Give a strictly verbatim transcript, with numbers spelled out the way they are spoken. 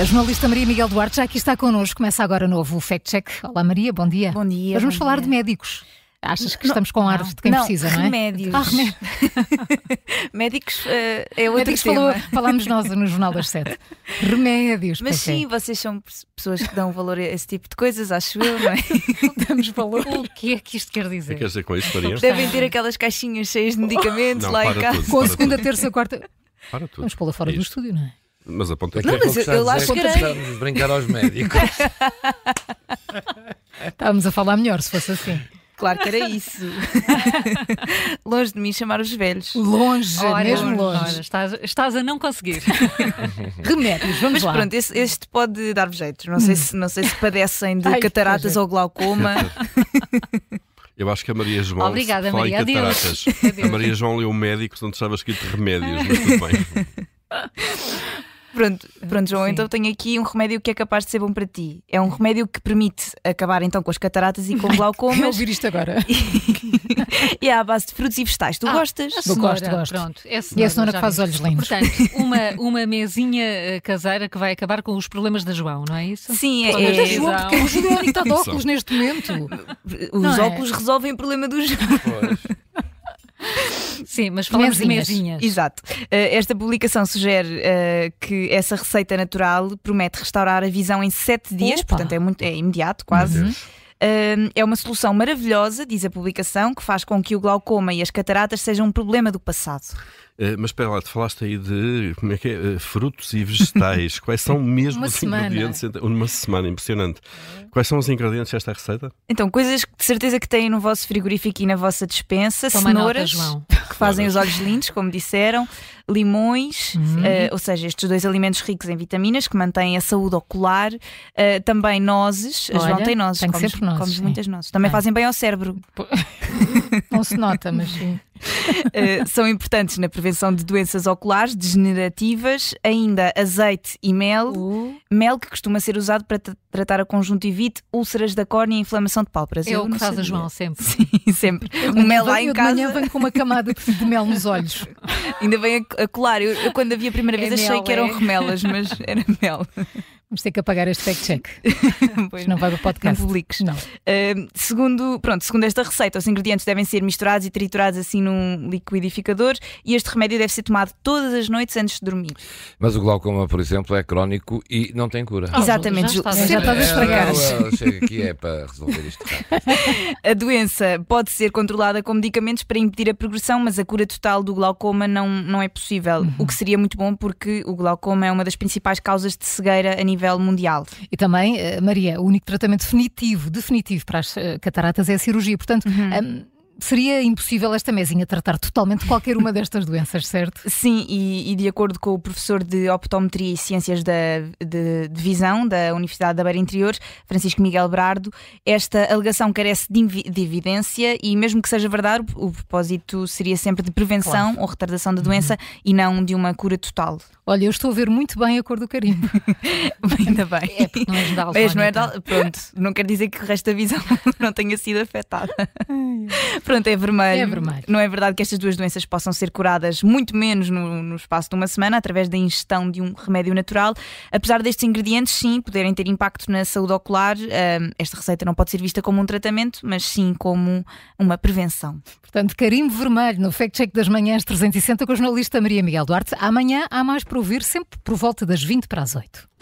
A jornalista Maria Miguel Duarte já aqui está connosco. Começa agora novo Fact Check. Olá Maria, bom dia. Bom dia. Mas vamos bom falar dia. de médicos. Achas que Não, estamos com ar de quem não, precisa, não é? Remédios. Ah, remédios. Médicos uh, é outro Médicos tema. falou, falámos nós no Jornal das Sete. Remédios. Mas pois é. sim, vocês são pessoas que dão valor a esse tipo de coisas, acho eu, não é? Damos valor. O que é que isto quer dizer? O que quer dizer com isso, Maria? Devem ter aquelas caixinhas cheias de medicamentos Não, lá em para casa. tudo. Com a para segunda, tudo. terça, quarta. Para tudo. Vamos pô-la fora É do isto. estúdio, não é? Mas aponta Não, aqui. mas eu, eu lá chegarei. Vamos brincar aos médicos. Estávamos a falar melhor se fosse assim. Claro que era isso. Longe de mim chamar os velhos. Longe, Ora, mesmo longe. ora, estás, estás a não conseguir. Remédios, vamos Mas lá. pronto, este, este pode dar jeitos. Não sei se, não sei se padecem de Ai, cataratas pois é. ou glaucoma. Eu acho que a Maria João, Obrigada, se fala Maria. em Adeus. cataratas, Adeus. a Maria João leu o médico, não estava escrito remédios, mas tudo bem. Pronto, pronto, João, Sim. então tenho aqui um remédio que é capaz de ser bom para ti. É um remédio que permite acabar então com as cataratas e com Quer glaucomas ouvir isto agora? e é à base de frutos e vegetais. Tu Ah, gostas? A Eu cenoura, gosto, gosto. Pronto, é E a cenoura já que faz vi. olhos lindos. Portanto, uma, uma mesinha eh, caseira que vai acabar com os problemas da João, não é isso? Sim, é, Problemas é- da João. Porque o Juliano está de óculos neste momento. os Não é? óculos resolvem o problema do João. Pois. Sim, mas falamos Mesinhas. de mesinhas. Exato. Eh, esta publicação sugere eh, que essa receita natural promete restaurar a visão em sete dias, Opa. portanto é, muito, é imediato, quase. Uhum. Eh, é uma solução maravilhosa, diz a publicação, que faz com que o glaucoma e as cataratas sejam um problema do passado. Eh, mas espera lá, tu falaste aí de como é que é? Eh, frutos e vegetais. Quais são mesmo Uma os semana. ingredientes? Uma semana, impressionante. Quais são os ingredientes desta receita? Então, coisas que de certeza que têm no vosso frigorífico e na vossa despensa: Toma nota, cenouras, João. que fazem os olhos lindos, como disseram, limões, eh, ou seja, estes dois alimentos ricos em vitaminas que mantêm a saúde ocular, eh, também nozes. A João Olha, tem nozes, tenho comes, sempre nozes, comes sim. muitas nozes. Também Tenho. fazem bem ao cérebro. Não se nota, mas sim. Eh, são importantes na prevenção de doenças oculares degenerativas, ainda azeite e mel. Uh, Mel que costuma ser usado para tra- tratar a conjuntivite, úlceras da córnea e inflamação de pálpebras. É Eu o que não faz a sabia. João sempre. Sim, sempre. Um mel lá eu em de casa manhã venho com uma camada de mel nos olhos. ainda vem a, a colar. Eu, eu quando a vi a primeira É vez achei mel, que eram é? remelas, mas era mel. Vamos ter que apagar este fact check. Pois Não vai para o não podcast. publiques. Não. Uh, segundo, pronto, segundo esta receita, os ingredientes devem ser misturados e triturados assim num liquidificador e este remédio deve ser tomado todas as noites antes de dormir. Mas o glaucoma, por exemplo, é crónico e não tem cura. Ah, Exatamente, já está. Ju- Já estás a estragar. Ela chega aqui é para resolver isto rápido. A doença pode ser controlada com medicamentos para impedir a progressão, mas a cura total do glaucoma não, não é possível, o que seria muito bom porque o glaucoma é uma das principais causas de cegueira a nível mundial. E também, eh, Maria, o único tratamento definitivo, definitivo para as eh, cataratas é a cirurgia. Portanto, hum, seria impossível esta mesinha tratar totalmente qualquer uma destas doenças, certo? Sim, e, e de acordo com o professor de Optometria e Ciências da, de, de Visão da Universidade da Beira Interior, Francisco Miguel Brardo, esta alegação carece de, invi- de evidência e mesmo que seja verdade, o, o propósito seria sempre de prevenção ou retardação da doença e não de uma cura total. Olha, eu estou a ver muito bem a cor do carimbo. Ainda bem. É porque não és daltónica. Mas não é dal- Pronto, não quer dizer que o resto da visão não tenha sido afetada. Pronto, é vermelho. É vermelho. Não é verdade que estas duas doenças possam ser curadas muito menos no, no espaço de uma semana através da ingestão de um remédio natural. Apesar destes ingredientes, sim, poderem ter impacto na saúde ocular, hum, esta receita não pode ser vista como um tratamento, mas sim como uma prevenção. Portanto, carimbo vermelho no Fact Check das Manhãs trezentos e sessenta com a jornalista Maria Miguel Duarte. Amanhã há mais para ouvir, sempre por volta das vinte para as oito.